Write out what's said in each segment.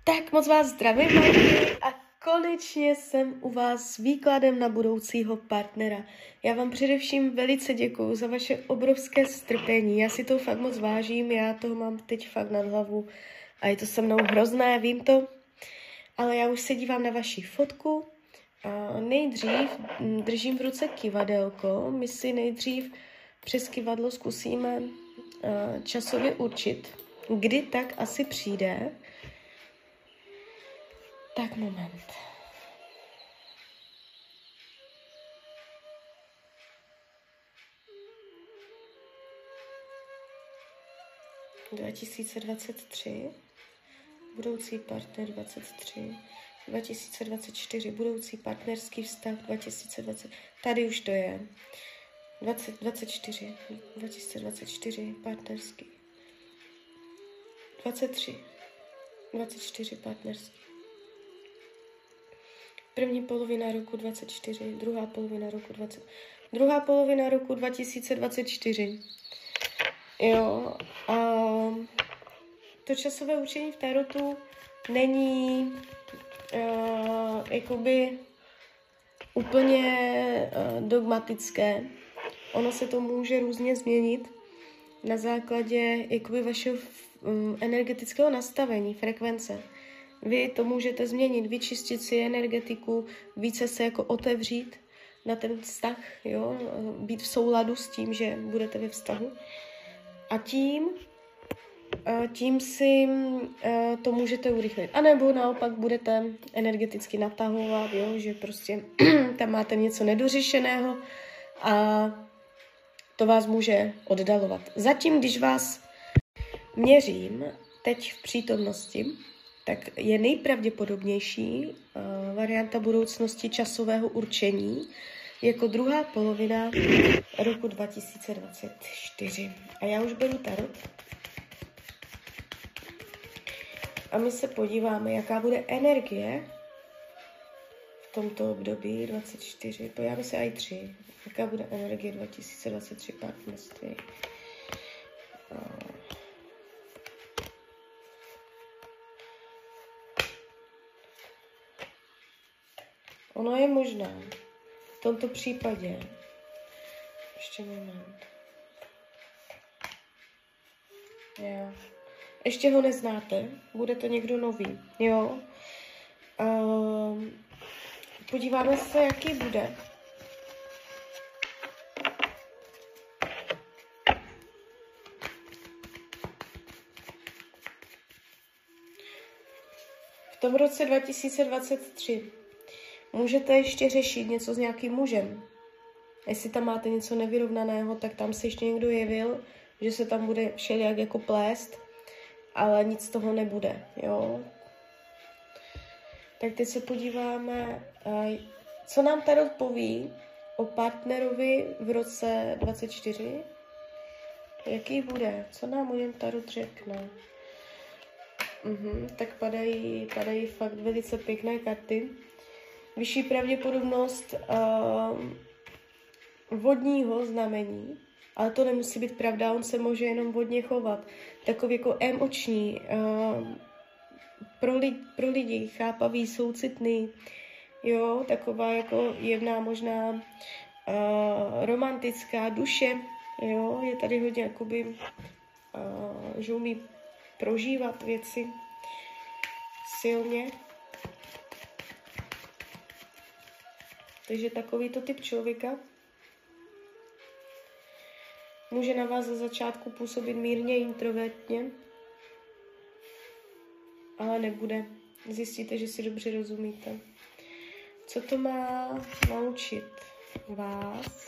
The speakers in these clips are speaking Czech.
Tak moc vás zdravím, Marky, a konečně jsem u vás s výkladem na budoucího partnera. Já vám především velice děkuju za vaše obrovské strpení. Já si to fakt moc vážím, já toho mám teď fakt nad hlavu a je to se mnou hrozné, vím to. Ale já už se dívám na vaši fotku. Nejdřív držím v ruce kivadelko. My si nejdřív přes kivadlo zkusíme časově určit, kdy tak asi přijde. Tak moment. (2023), budoucí partner 23, 2024, budoucí partnerský vztah 2020, tady už to je, 2024, 2024, partnerský, 23, 24, partnerský. První polovina roku 24, druhá polovina roku 20, druhá polovina roku 2024. Jo, a to časové určení v tarotu není jakoby úplně dogmatické. Ono se to může různě změnit na základě jakoby vašeho energetického nastavení, frekvence. Vy to můžete změnit, vyčistit si energetiku, více se jako otevřít na ten vztah, jo? Být v souladu s tím, že budete ve vztahu. A tím si to můžete urychlit. A nebo naopak budete energeticky natahovat, jo? Že prostě tam máte něco nedořešeného a to vás může oddalovat. Zatím, když vás měřím teď v přítomnosti, tak je nejpravděpodobnější varianta budoucnosti časového určení jako druhá polovina roku 2024. A já už beru tarot. A my se podíváme, jaká bude energie v tomto období 24. Podíváme se i 3. Jaká bude energie 2023 partnerství. Ono je možné v tomto případě, ještě moment, jo. Ještě ho neznáte, bude to někdo nový, jo. Podíváme se, jaký bude. V tom roce 2023 můžete ještě řešit něco s nějakým mužem. Jestli tam máte něco nevyrovnaného, tak tam se ještě někdo jevil, že se tam bude všelijak jako plést, ale nic z toho nebude, jo. Tak teď se podíváme, co nám tarot poví o partnerovi v roce 24. Jaký bude? Co nám o něm tarot řekne? Tak padají fakt velice pěkné karty. Vyšší pravděpodobnost vodního znamení, ale to nemusí být pravda, on se může jenom vodně chovat. Takový jako emoční, pro lidi chápavý, soucitný, jo, taková jako jemná možná romantická duše, jo, je tady hodně jakoby, že umí prožívat věci silně. Takže takovýto typ člověka může na vás za začátku působit mírně introvertně, ale nebude. Zjistíte, že si dobře rozumíte. Co to má naučit vás?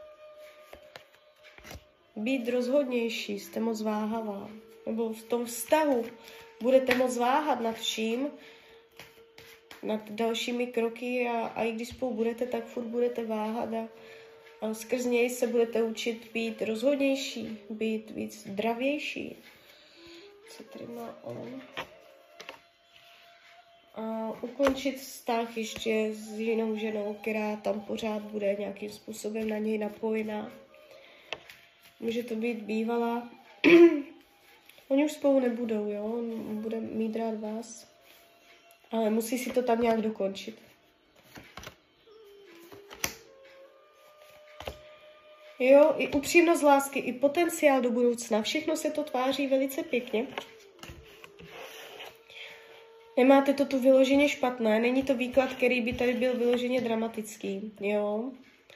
Být rozhodnější, jste moc váhavá. Nebo v tom vztahu budete moc váhat nad vším, nad dalšími kroky a i když spolu budete, tak furt budete váhat a skrz něj se budete učit být rozhodnější, být víc zdravější. Co tady má on? A ukončit vztah ještě s jinou ženou, která tam pořád bude nějakým způsobem na něj napojená. Může to být bývalá. Oni už spolu nebudou, jo? On bude mít rád vás. Ale musí si to tam nějak dokončit. Jo, i upřímnost lásky, i potenciál do budoucna, všechno se to tváří velice pěkně. Nemáte to tu vyloženě špatné, není to výklad, který by tady byl vyloženě dramatický, jo.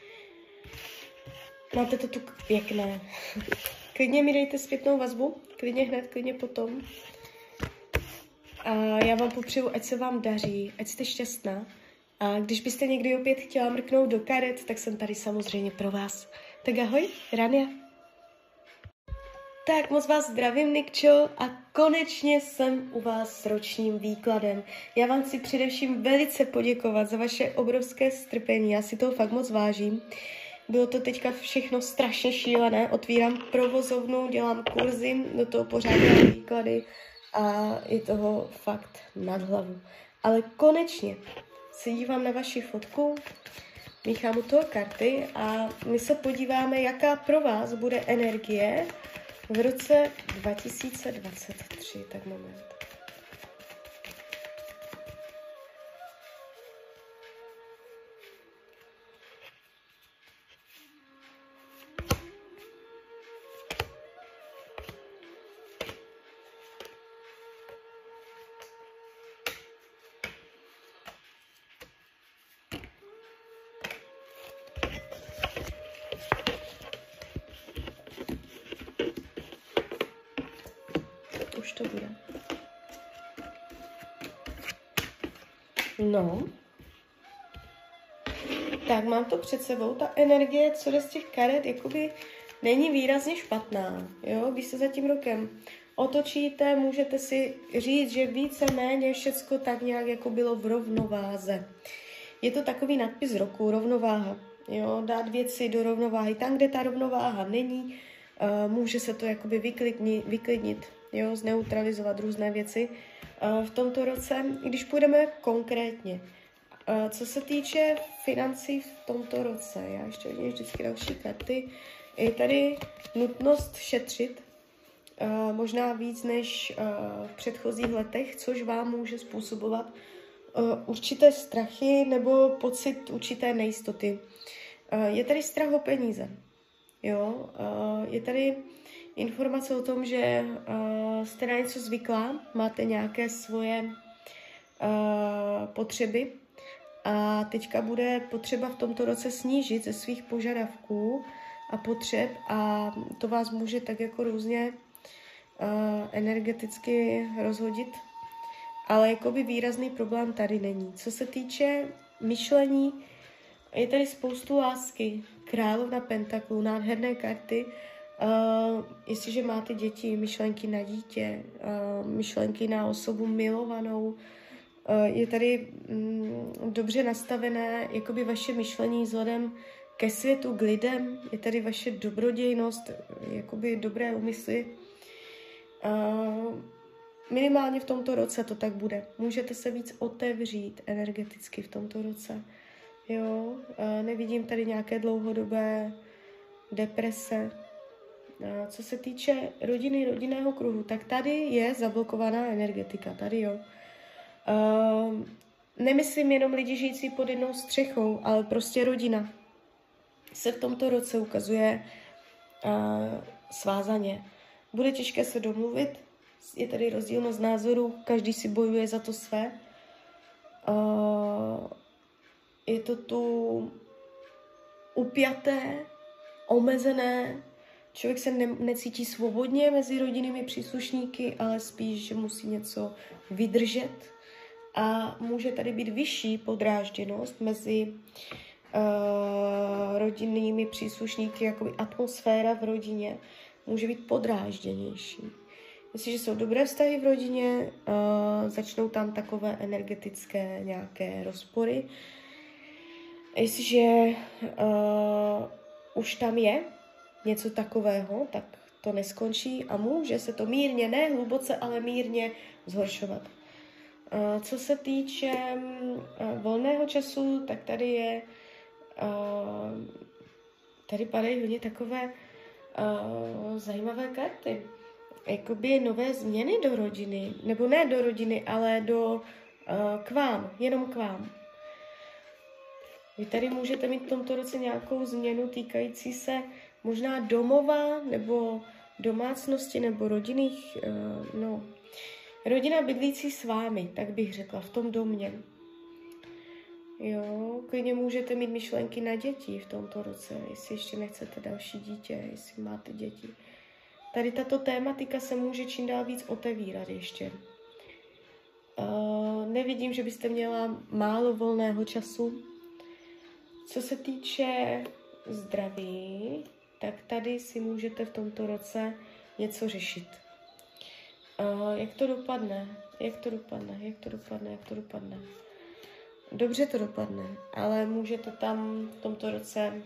Máte to tu pěkné. Klidně mi dejte zpětnou vazbu, klidně hned, klidně potom. A já vám popřeju, ať se vám daří, ať jste šťastná. A když byste někdy opět chtěla mrknout do karet, tak jsem tady samozřejmě pro vás. Tak ahoj, Rania. Tak moc vás zdravím, Nikčo, a konečně jsem u vás s ročním výkladem. Já vám chci především velice poděkovat za vaše obrovské strpení, já si toho fakt moc vážím. Bylo to teďka všechno strašně šílené, otvírám provozovnu, dělám kurzy, do toho pořádám výklady a je toho fakt nad hlavu. Ale konečně se dívám na vaši fotku, míchám u toho karty a my se podíváme, jaká pro vás bude energie v roce 2023. Tak moment. Už to bude. No. Tak, mám to před sebou. Ta energie, co jde z těch karet, jakoby není výrazně špatná. Jo? Když se za tím rokem otočíte, můžete si říct, že víceméně všecko tak nějak jako bylo v rovnováze. Je to takový nadpis roku, rovnováha. Jo? Dát věci do rovnováhy. Tam, kde ta rovnováha není, může se to jakoby vyklidnit. Jo, zneutralizovat různé věci v tomto roce, i když půjdeme konkrétně. Co se týče financí v tomto roce, já ještě vidím vždycky další karty, je tady nutnost šetřit, možná víc než v předchozích letech, což vám může způsobovat určité strachy nebo pocit určité nejistoty. Je tady strach o peníze. Jo? Je tady informace o tom, že jste na něco zvyklá, máte nějaké svoje potřeby a teďka bude potřeba v tomto roce snížit ze svých požadavků a potřeb a to vás může tak jako různě energeticky rozhodit, ale jakoby výrazný problém tady není. Co se týče myšlení, je tady spoustu lásky, královna pentaklů, nádherné karty. Jestliže máte děti, myšlenky na dítě, myšlenky na osobu milovanou, je tady dobře nastavené jakoby vaše myšlení vzhledem ke světu, k lidem, je tady vaše dobrodějnost, jakoby dobré úmysly. Minimálně v tomto roce to tak bude. Můžete se víc otevřít energeticky v tomto roce. Jo? Nevidím tady nějaké dlouhodobé deprese. Co se týče rodiny, rodinného kruhu, tak tady je zablokovaná energetika, tady jo. Nemyslím jenom lidi žijící pod jednou střechou, ale prostě rodina se v tomto roce ukazuje svázaně. Bude těžké se domluvit, je tady rozdílnost názorů, každý si bojuje za to své. Je to tu upjaté, omezené, člověk se necítí svobodně mezi rodinnými příslušníky, ale spíš, že musí něco vydržet. A může tady být vyšší podrážděnost mezi rodinnými příslušníky, jakoby atmosféra v rodině může být podrážděnější. Jestliže jsou dobré vztahy v rodině, začnou tam takové energetické nějaké rozpory. Jestliže už tam je něco takového, tak to neskončí a může se to mírně, ne hluboce, ale mírně zhoršovat. Co se týče volného času, tak tady je, tady padají hodně takové zajímavé karty. Jakoby nové změny do rodiny, nebo ne do rodiny, ale do K vám, jenom k vám. Vy tady můžete mít v tomto roce nějakou změnu týkající se možná domova, nebo domácnosti, nebo rodinných, rodina bydlící s vámi, tak bych řekla, v tom domě. Jo, klidně můžete mít myšlenky na děti v tomto roce, jestli ještě nechcete další dítě, jestli máte děti. Tady tato tématika se může čím dál víc otevírat ještě. Nevidím, že byste měla málo volného času. Co se týče zdraví, tak tady si můžete v tomto roce něco řešit. Jak to dopadne? Jak to dopadne? Jak to dopadne? Jak to dopadne? Dobře to dopadne, ale můžete tam v tomto roce...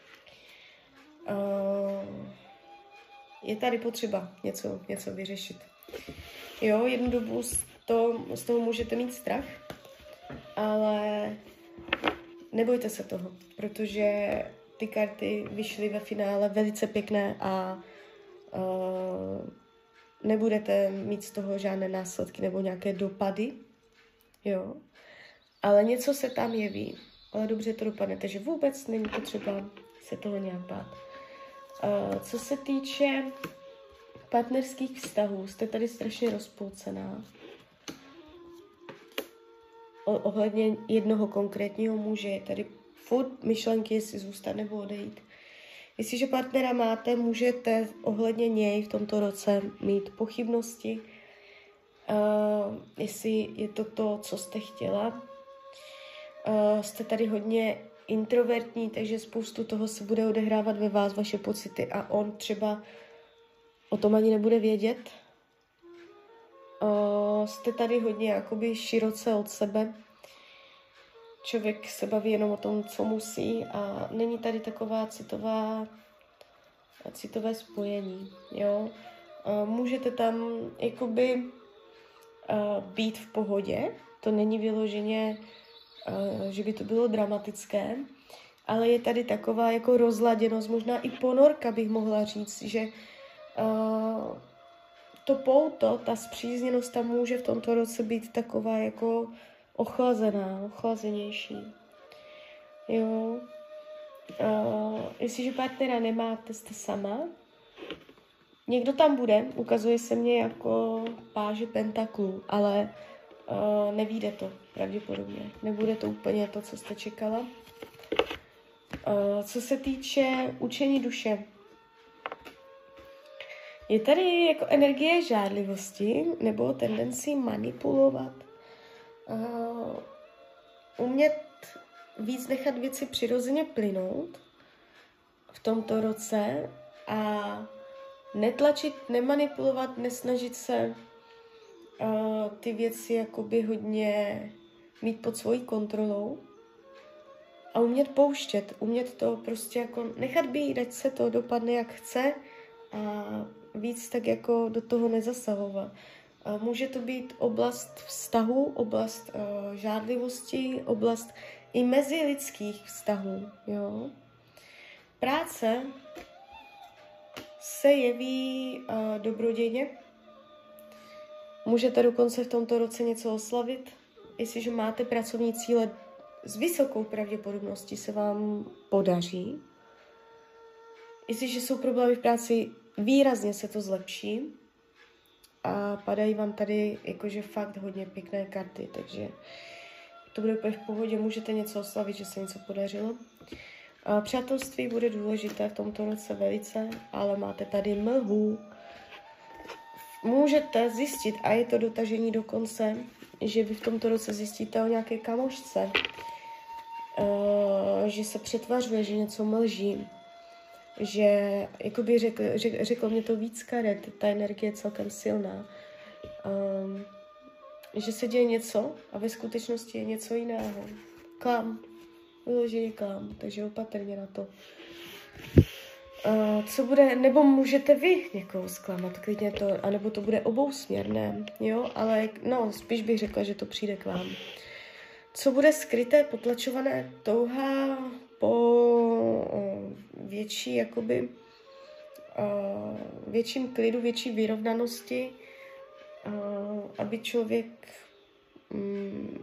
je tady potřeba něco vyřešit. Jo, jednu dobu z toho můžete mít strach, ale nebojte se toho, protože ty karty vyšly ve finále velice pěkné a nebudete mít z toho žádné následky nebo nějaké dopady, jo. Ale něco se tam jeví, ale dobře to dopadne, takže vůbec není potřeba se toho nějak bát. Co se týče partnerských vztahů, jste tady strašně rozpolcená. Ohledně jednoho konkrétního muže je tady furt myšlenky, jestli zůstat nebo odejít. Jestliže partnera máte, můžete ohledně něj v tomto roce mít pochybnosti, jestli je to, co jste chtěla. Jste tady hodně introvertní, takže spoustu toho se bude odehrávat ve vás, vaše pocity, a on třeba o tom ani nebude vědět. Jste tady hodně jakoby široce od sebe. Člověk se baví jenom o tom, co musí, a není tady taková citové spojení. Jo? Můžete tam jakoby být v pohodě, to není vyloženě, že by to bylo dramatické, ale je tady taková jako rozladěnost, možná i ponorka bych mohla říct, že to pouto, ta spřízněnost tam může v tomto roce být taková jako ochlazenější. Jo. Jestliže partnera nemáte, jste sama. Někdo tam bude, ukazuje se mně jako páže pentaklů, ale nevíde to pravděpodobně. Nebude to úplně to, co jste čekala. Co se týče učení duše, je tady jako energie žádlivosti nebo tendenci manipulovat. Umět víc nechat věci přirozeně plynout v tomto roce a netlačit, nemanipulovat, nesnažit se ty věci jakoby hodně mít pod svojí kontrolou a umět pouštět, umět to prostě jako nechat být, ať se to dopadne jak chce a víc tak jako do toho nezasahovat. Může to být oblast vztahu, oblast žádlivosti, oblast i mezilidských vztahů. Jo? Práce se jeví dobrodějně. Můžete dokonce v tomto roce něco oslavit. Jestliže máte pracovní cíle, s vysokou pravděpodobností se vám podaří. Jestliže jsou problémy v práci, výrazně se to zlepší. A padají vám tady jakože fakt hodně pěkné karty, takže to bude úplně v pohodě, můžete něco oslavit, že se něco podařilo. Přátelství bude důležité v tomto roce velice, ale máte tady mlhu. Můžete zjistit, a je to dotažení do konce, že vy v tomto roce zjistíte o nějaké kamošce, že se přetvařuje, že něco mlží, že, jakoby řeklo mě to víc karet, ta energie je celkem silná, že se děje něco a ve skutečnosti je něco jiného. Klam, vyloženě klam, takže opatrně na to. Co bude, nebo můžete vy někoho zklamat, klidně to, anebo to bude obousměrné, jo, ale no, spíš bych řekla, že to přijde k vám. Co bude skryté, potlačované, touha po větší, jakoby, větším klidu, větší vyrovnanosti, aby člověk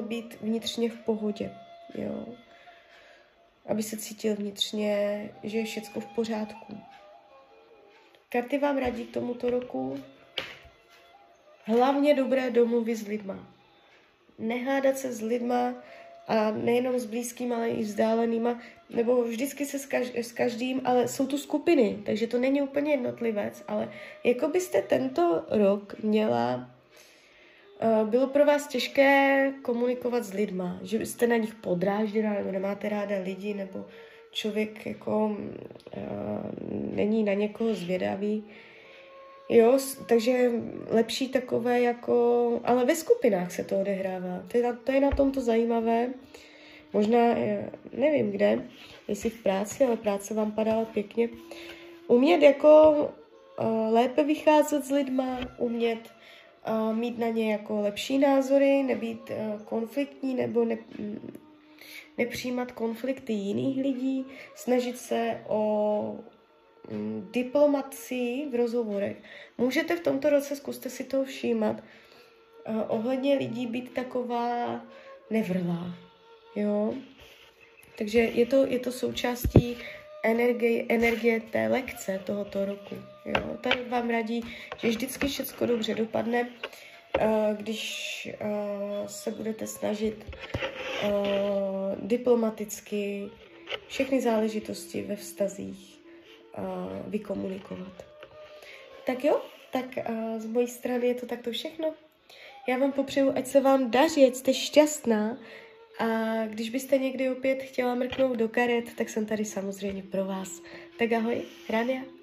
být vnitřně v pohodě, jo. Aby se cítil vnitřně, že je všecko v pořádku. Karty vám radí k tomuto roku hlavně dobré domluvy s lidma. Nehádat se s lidma, a nejenom s blízkým, ale i vzdálenýma, nebo vždycky se s každým, ale jsou tu skupiny, takže to není úplně jednotlivec, ale jako byste tento rok měla, bylo pro vás těžké komunikovat s lidma, že jste na nich podrážděná, nebo nemáte ráda lidi, nebo člověk jako není na někoho zvědavý. Jo, takže lepší takové jako, ale ve skupinách se to odehrává. To je na tomto zajímavé. Možná, nevím kde, jestli v práci, ale práce vám padala pěkně. Umět jako lépe vycházet s lidma, umět mít na ně jako lepší názory, nebýt konfliktní nebo nepřijímat konflikty jiných lidí, snažit se o diplomacii v rozhovorech. Můžete v tomto roce, zkuste si toho všímat, ohledně lidí být taková nevrlá, jo. Takže je to součástí energie té lekce tohoto roku, jo. Tady vám radí, že vždycky všechno dobře dopadne, když se budete snažit diplomaticky všechny záležitosti ve vztazích vykomunikovat. Tak jo, tak z mojí strany je to takto všechno. Já vám popřeju, ať se vám daří, ať jste šťastná, a když byste někdy opět chtěla mrknout do karet, tak jsem tady samozřejmě pro vás. Tak ahoj, Rania.